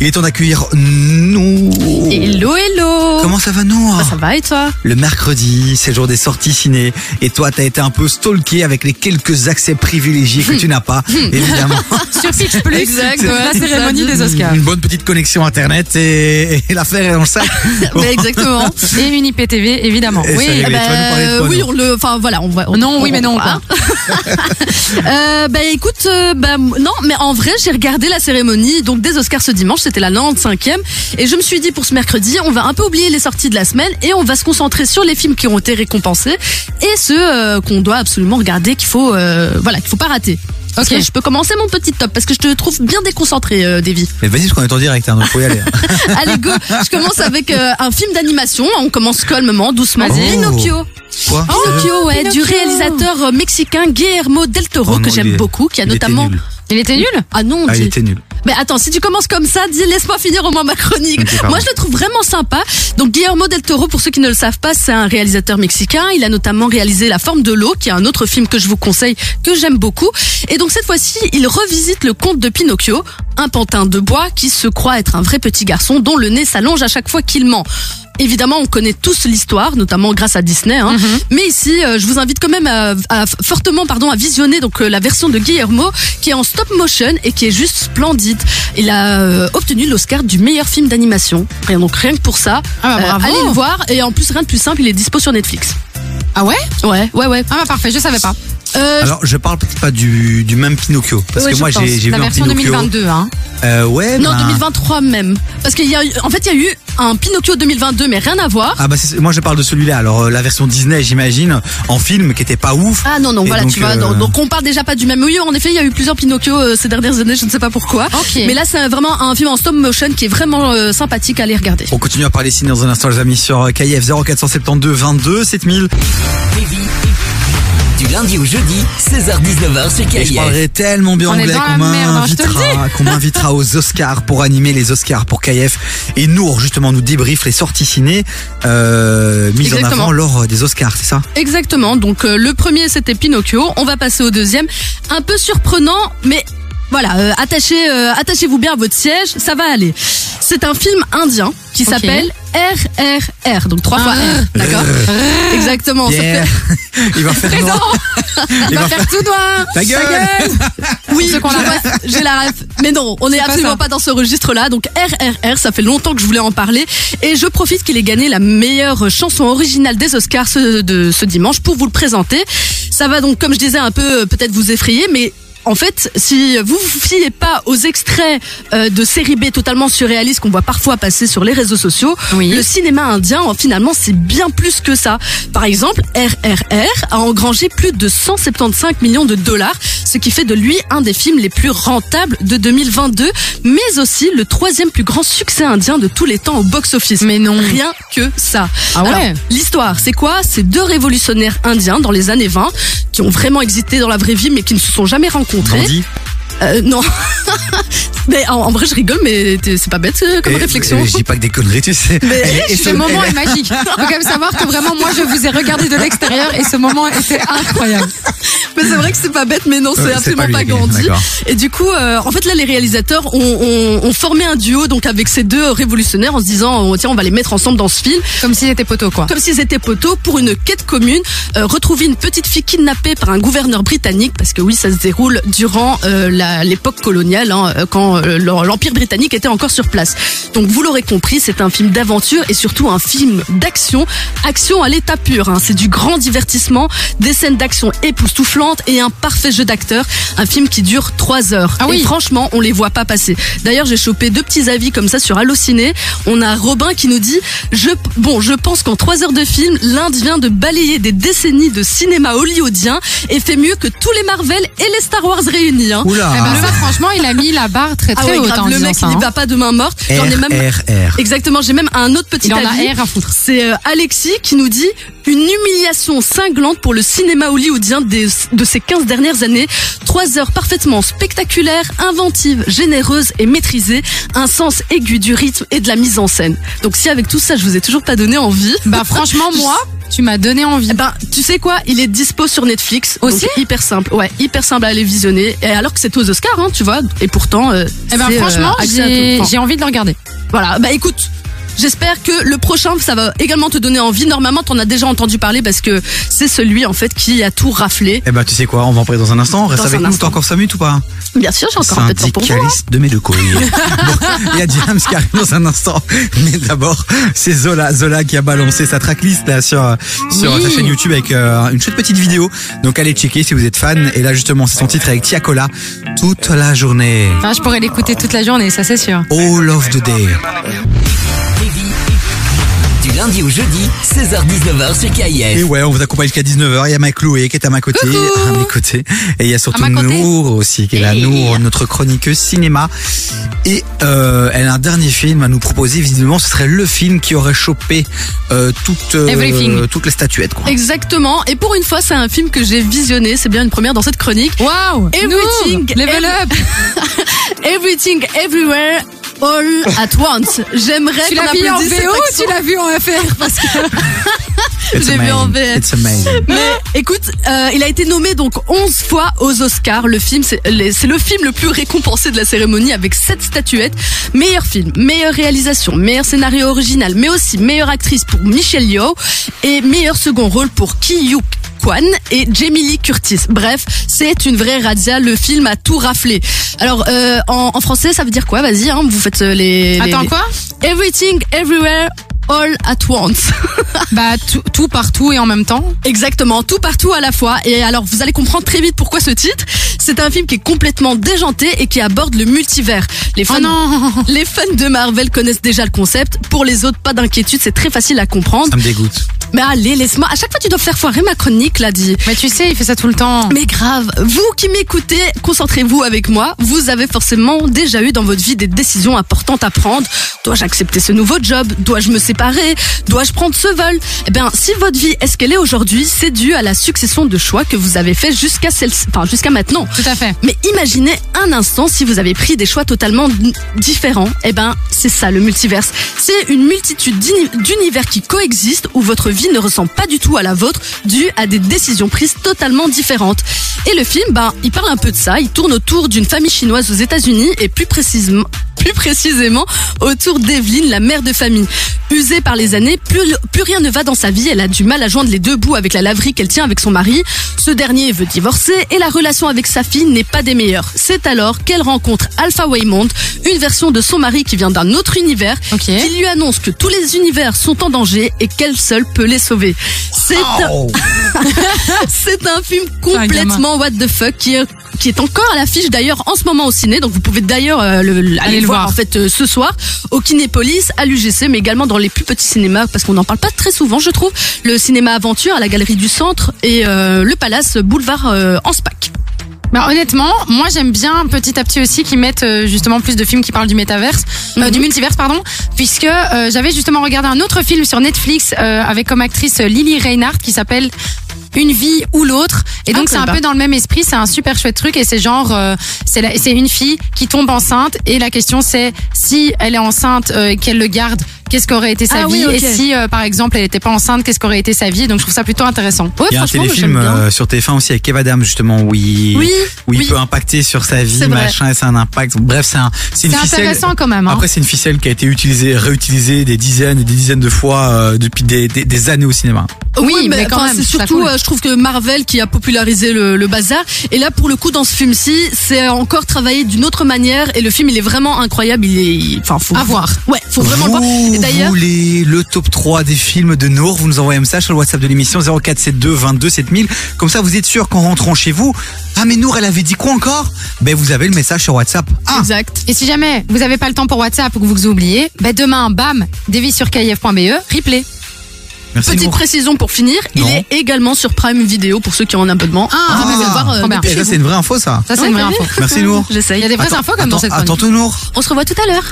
Il est temps d'accueillir Nour. Hello, hello. Comment ça va, Nour? Ça va et toi? Le mercredi, c'est le jour des sorties ciné. Et toi, t'as été un peu stalké avec les quelques accès privilégiés que tu n'as pas, évidemment. Sur Pitch Plus, Exact, la cérémonie des Oscars. Une bonne petite connexion internet et l'affaire est dans le sac. Mais exactement. Et une IPTV, évidemment. Et Oui, ça, tu vas nous parler de quoi, oui, Nour? enfin voilà, Non, oui, mais non, quoi. Écoute, non, mais en vrai, j'ai regardé la cérémonie donc des Oscars ce dimanche, c'était la 95e, et je me suis dit pour ce mercredi, on va un peu oublier les sorties de la semaine et on va se concentrer sur les films qui ont été récompensés et ceux qu'on doit absolument regarder, qu'il faut pas rater. Ok, je peux commencer mon petit top parce que je te trouve bien déconcentré, Davy. Mais vas-y, parce qu'on est en direct, hein, donc faut y aller. Allez, go. Je commence avec un film d'animation. On commence calmement, doucement. Vas-y. Pinocchio. Quoi? Pinocchio, ouais, du réalisateur mexicain Guillermo del Toro, Oh que non, j'aime beaucoup, qui a il était notamment... nul. il était nul. Ah non, Ah, il était nul. mais attends, si tu commences comme ça, dis laisse-moi finir au moins ma chronique. Ok, pardon. Moi, je le trouve vraiment sympa. Donc, Guillermo del Toro, pour ceux qui ne le savent pas, c'est un réalisateur mexicain. Il a notamment réalisé La Forme de l'eau, qui est un autre film que je vous conseille, que j'aime beaucoup. Et donc, cette fois-ci, il revisite le conte de Pinocchio, un pantin de bois qui se croit être un vrai petit garçon dont le nez s'allonge à chaque fois qu'il ment. Évidemment, on connaît tous l'histoire, notamment grâce à Disney. Hein. Mais ici, je vous invite quand même fortement à visionner donc la version de Guillermo qui est en stop motion et qui est juste splendide. Il a obtenu l'Oscar du meilleur film d'animation. Et donc rien que pour ça, Bravo. allez le voir. Et en plus, rien de plus simple, il est dispo sur Netflix. Ah ouais? Ouais. Ah bah parfait, je savais pas. Alors, je parle peut-être pas du même Pinocchio. Parce Ouais, que je moi, pense. j'ai vu La un version Pinocchio. 2022, hein. Ouais, Non, ben- 2023 même. Parce qu'il y a eu un Pinocchio 2022, mais rien à voir. Ah bah moi je parle de celui-là. Alors la version Disney, j'imagine, en film, qui était pas ouf. Ah non, Et voilà, donc, tu vois, donc on parle déjà pas du même milieu. En effet, il y a eu plusieurs Pinocchio ces dernières années, je ne sais pas pourquoi. Ok. Mais là, c'est vraiment un film en stop motion qui est vraiment sympathique à aller regarder. On continue à parler ciné dans un instant, les amis, sur KF 0472 22 7000. Du lundi au jeudi, 16h-19h sur Et je KIF. parlerai tellement bien On est anglais dans la qu'on merde, hein, je te le m'invitera aux Oscars pour animer les Oscars pour KF. Et Nour, justement, nous débriefe les sorties ciné mises en Exactement. avant lors des Oscars, c'est ça? Exactement. Donc le premier, c'était Pinocchio. On va passer au deuxième. Un peu surprenant, mais voilà, attachez-vous bien à votre siège, ça va aller. C'est un film indien qui s'appelle RRR, donc 3 fois R, d'accord? Exactement. ça Pierre, il va faire noir. Il va faire tout noir. Ta gueule. Oui, Ceux qu'on je l'a vois, j'ai la ref. Mais non, on n'est pas absolument ça. pas dans ce registre-là. Donc RRR, ça fait longtemps que je voulais en parler. Et je profite qu'il ait gagné la meilleure chanson originale des Oscars de ce dimanche pour vous le présenter. Ça va donc, comme je disais, un peu peut-être vous effrayer, mais... En fait, si vous vous fiez pas aux extraits de séries B totalement surréalistes qu'on voit parfois passer sur les réseaux sociaux, Oui. le cinéma indien, finalement, c'est bien plus que ça. Par exemple, RRR a engrangé plus de 175 millions de dollars, ce qui fait de lui un des films les plus rentables de 2022, mais aussi le 3e plus grand succès indien de tous les temps au box-office. Mais non. Rien que ça. Ah ouais. Alors, l'histoire, c'est quoi? C'est 2 révolutionnaires indiens dans les années 20 qui ont vraiment existé dans la vraie vie, mais qui ne se sont jamais rencontrés. Gandhi. Non. Mais en vrai, je rigole, mais c'est pas bête comme réflexion. Je dis pas que des conneries, tu sais. Et Ce moment est magique. Faut quand même savoir que vraiment, moi, je vous ai regardé de l'extérieur et ce moment était incroyable. Mais c'est vrai que c'est pas bête, mais non, c'est c'est absolument pas pas lui, Gandhi. d'accord. Et du coup, en fait, là, les réalisateurs ont formé un duo donc avec ces 2 révolutionnaires en se disant, tiens, on va les mettre ensemble dans ce film. Comme s'il était poteau, quoi. Comme s'ils étaient poteaux pour une quête commune, retrouver une petite fille kidnappée par un gouverneur britannique, parce que oui, ça se déroule durant l'époque coloniale, hein, quand l'Empire britannique était encore sur place. Donc vous l'aurez compris, c'est un film d'aventure et surtout un film d'action, action à l'état pur. Hein. C'est du grand divertissement, des scènes d'action époustouflantes et un parfait jeu d'acteurs. Un film qui dure 3 heures. Ah oui. Et franchement, on les voit pas passer. D'ailleurs, j'ai chopé 2 petits avis comme ça sur Allociné. On a Robin qui nous dit je pense qu'en 3 heures de film, l'Inde vient de balayer des décennies de cinéma hollywoodien et fait mieux que tous les Marvel et les Star Wars réunis. Hein. Oula. Eh ben, ça, franchement, il a mis la barre très Ah ouais, haute grave, en le disant mec, ça. il y hein. va pas de main morte. J'en ai même RRR. exactement, j'ai même un autre petit Il en avis. a air à foutre. C'est Alexis qui nous dit une humiliation cinglante pour le cinéma hollywoodien de ces 15 dernières années. 3 heures parfaitement spectaculaires, inventives, généreuses et maîtrisées. Un sens aigu du rythme et de la mise en scène. Donc si avec tout ça, je vous ai toujours pas donné envie. Bah, franchement, moi, Tu m'as donné envie. Eh ben, tu sais quoi, il est dispo sur Netflix. Aussi donc hyper simple. Ouais, hyper simple à aller visionner. Et alors que c'est aux Oscars, hein, tu vois. Et pourtant, Eh ben, c'est, franchement, accès à tout. Enfin, j'ai envie de le regarder. voilà. Bah écoute. J'espère que le prochain, ça va également te donner envie. Normalement, t'en as déjà entendu parler parce que c'est celui, en fait, qui a tout raflé. Eh ben, tu sais quoi, on va en parler dans un instant. Reste Dans avec un nous, instant. t'as encore 5 minutes ou pas? Bien sûr, j'ai encore un peu de temps pour vous. Syndicaliste de mes deux couilles. Bon, il y a James qui arrive dans un instant. Mais d'abord, c'est Zola qui a balancé sa tracklist là sur sa chaîne YouTube avec une chouette petite vidéo. Donc allez checker si vous êtes fan. Et là justement, c'est son titre avec Tiakola. Toute la journée. Enfin, je pourrais l'écouter toute la journée, ça c'est sûr. All of the day. Du lundi au jeudi, 16h-19h sur KIF. Et ouais, on vous accompagne jusqu'à 19h. Il y a ma Chloé qui est à ma côté, à mes côtés. Et il y a surtout À ma côté. Nour aussi, qui est là. Nour, notre chroniqueuse cinéma. Et elle a un dernier film à nous proposer. Visiblement, ce serait le film qui aurait chopé Everything. toutes les statuettes, quoi. Exactement. Et pour une fois, c'est un film que j'ai visionné. C'est bien une première dans cette chronique. Waouh! Everything, Level up! Everything, everywhere, all at once. J'aimerais Tu qu'on l'as vu en applaudisse cet VO ou accent. tu l'as vu en FR? Parce que It's J'ai vu en amazing. VF. It's amazing. Mais écoute, il a été nommé donc 11 fois aux Oscars. Le film, c'est le film le plus récompensé de la cérémonie avec 7 statuettes. Meilleur film, meilleure réalisation, meilleur scénario original, mais aussi meilleure actrice pour Michelle Yeoh et meilleur second rôle pour Ki-Yu Kwan et Jamie Lee Curtis. Bref, c'est une vraie razzia. Le film a tout raflé. Alors, en français, ça veut dire quoi? Vas-y, hein, vous faites Attends, quoi? Everything, everywhere, all at once. Bah, tout partout et en même temps. Exactement, tout partout à la fois. Et alors, vous allez comprendre très vite pourquoi ce titre. C'est un film qui est complètement déjanté et qui aborde le multivers. Les fans, Oh non! les fans de Marvel connaissent déjà le concept. Pour les autres, pas d'inquiétude, c'est très facile à comprendre. Ça me dégoûte. Mais allez, laisse-moi. À chaque fois, tu dois faire foirer ma chronique, là, dit. Mais tu sais, il fait ça tout le temps. Mais grave, vous qui m'écoutez, concentrez-vous avec moi. Vous avez forcément déjà eu dans votre vie des décisions importantes à prendre. Dois-je accepter ce nouveau job? Dois-je me séparer? Dois-je prendre ce vol? Eh bien, si votre vie est ce qu'elle est aujourd'hui, c'est dû à la succession de choix que vous avez fait jusqu'à maintenant. Tout à fait. Mais imaginez un instant si vous avez pris des choix totalement différents. Eh ben, c'est ça le multiverse. C'est une multitude d'univers qui coexistent où votre vie ne ressemble pas du tout à la vôtre due à des décisions prises totalement différentes. Et le film, il parle un peu de ça. Il tourne autour d'une famille chinoise aux États-Unis et plus précisément autour d'Evelyn, la mère de famille. Usée par les années, plus rien ne va dans sa vie. Elle a du mal à joindre les deux bouts avec la laverie qu'elle tient avec son mari. Ce dernier veut divorcer et la relation avec sa fille n'est pas des meilleures. C'est alors qu'elle rencontre Alpha Waymond, une version de son mari qui vient d'un autre univers, Ok. qui lui annonce que tous les univers sont en danger et qu'elle seule peut les sauver. C'est un film complètement what the fuck qui est encore à l'affiche d'ailleurs en ce moment au ciné. Donc vous pouvez d'ailleurs aller le voir en fait ce soir au Kinépolis, à l'UGC, mais également dans les plus petits cinémas parce qu'on n'en parle pas très souvent, je trouve. Le cinéma Aventure à la Galerie du Centre et le Palace Boulevard en SPAC. Bah, honnêtement, moi j'aime bien petit à petit aussi qu'ils mettent justement plus de films qui parlent du métaverse, du multiverse pardon, puisque j'avais justement regardé un autre film sur Netflix avec comme actrice Lily Reinhardt qui s'appelle Une vie ou l'autre, et donc c'est un peu dans le même esprit. C'est un super chouette truc et c'est genre c'est une fille qui tombe enceinte et la question c'est si elle est enceinte qu'elle le garde, qu'est-ce qu'aurait été sa vie, oui, ok. et si par exemple elle était pas enceinte, qu'est-ce qu'aurait été sa vie. Donc je trouve ça plutôt intéressant. Ouais, Il y a un franchement, téléfilm j'aime bien. sur TF1 aussi avec Kev Adams justement où il Oui. peut impacter sur sa vie, C'est vrai. machin, et c'est un impact. Bref, c'est C'est une ficelle. intéressant quand même. Hein. Après, c'est une ficelle qui a été réutilisée des dizaines et des dizaines de fois depuis des années au cinéma. Oui, mais quand même, c'est je trouve ça surtout, cool. je trouve que Marvel qui a popularisé le bazar. Et là, pour le coup, dans ce film-ci, c'est encore travaillé d'une autre manière. Et le film, il est vraiment incroyable. Faut À voir. Ouais, faut vraiment le voir. Et d'ailleurs, Vous voulez le top 3 des films de Nour, vous nous envoyez un message sur le WhatsApp de l'émission 0472 22 7000. Comme ça, vous êtes sûr qu'en rentrant chez vous, ah mais Nour, elle avait dit quoi encore? Ben vous avez le message sur WhatsApp. Ah, exact. Et si jamais vous avez pas le temps pour WhatsApp ou que vous oubliez, demain, bam, devis-sur-kif.be, replay. merci Petite Nour. précision pour finir, Non. il est également sur Prime Vidéo pour ceux qui ont un abonnement. Vous pouvez le voir trop bien. depuis Et chez ça, vous. c'est une vraie info, ça. Ça, c'est une vraie info. Merci Nour. J'essaye. Il y a des vraies infos comme dans cette Attends, chronique. tantôt Nour. On se revoit tout à l'heure.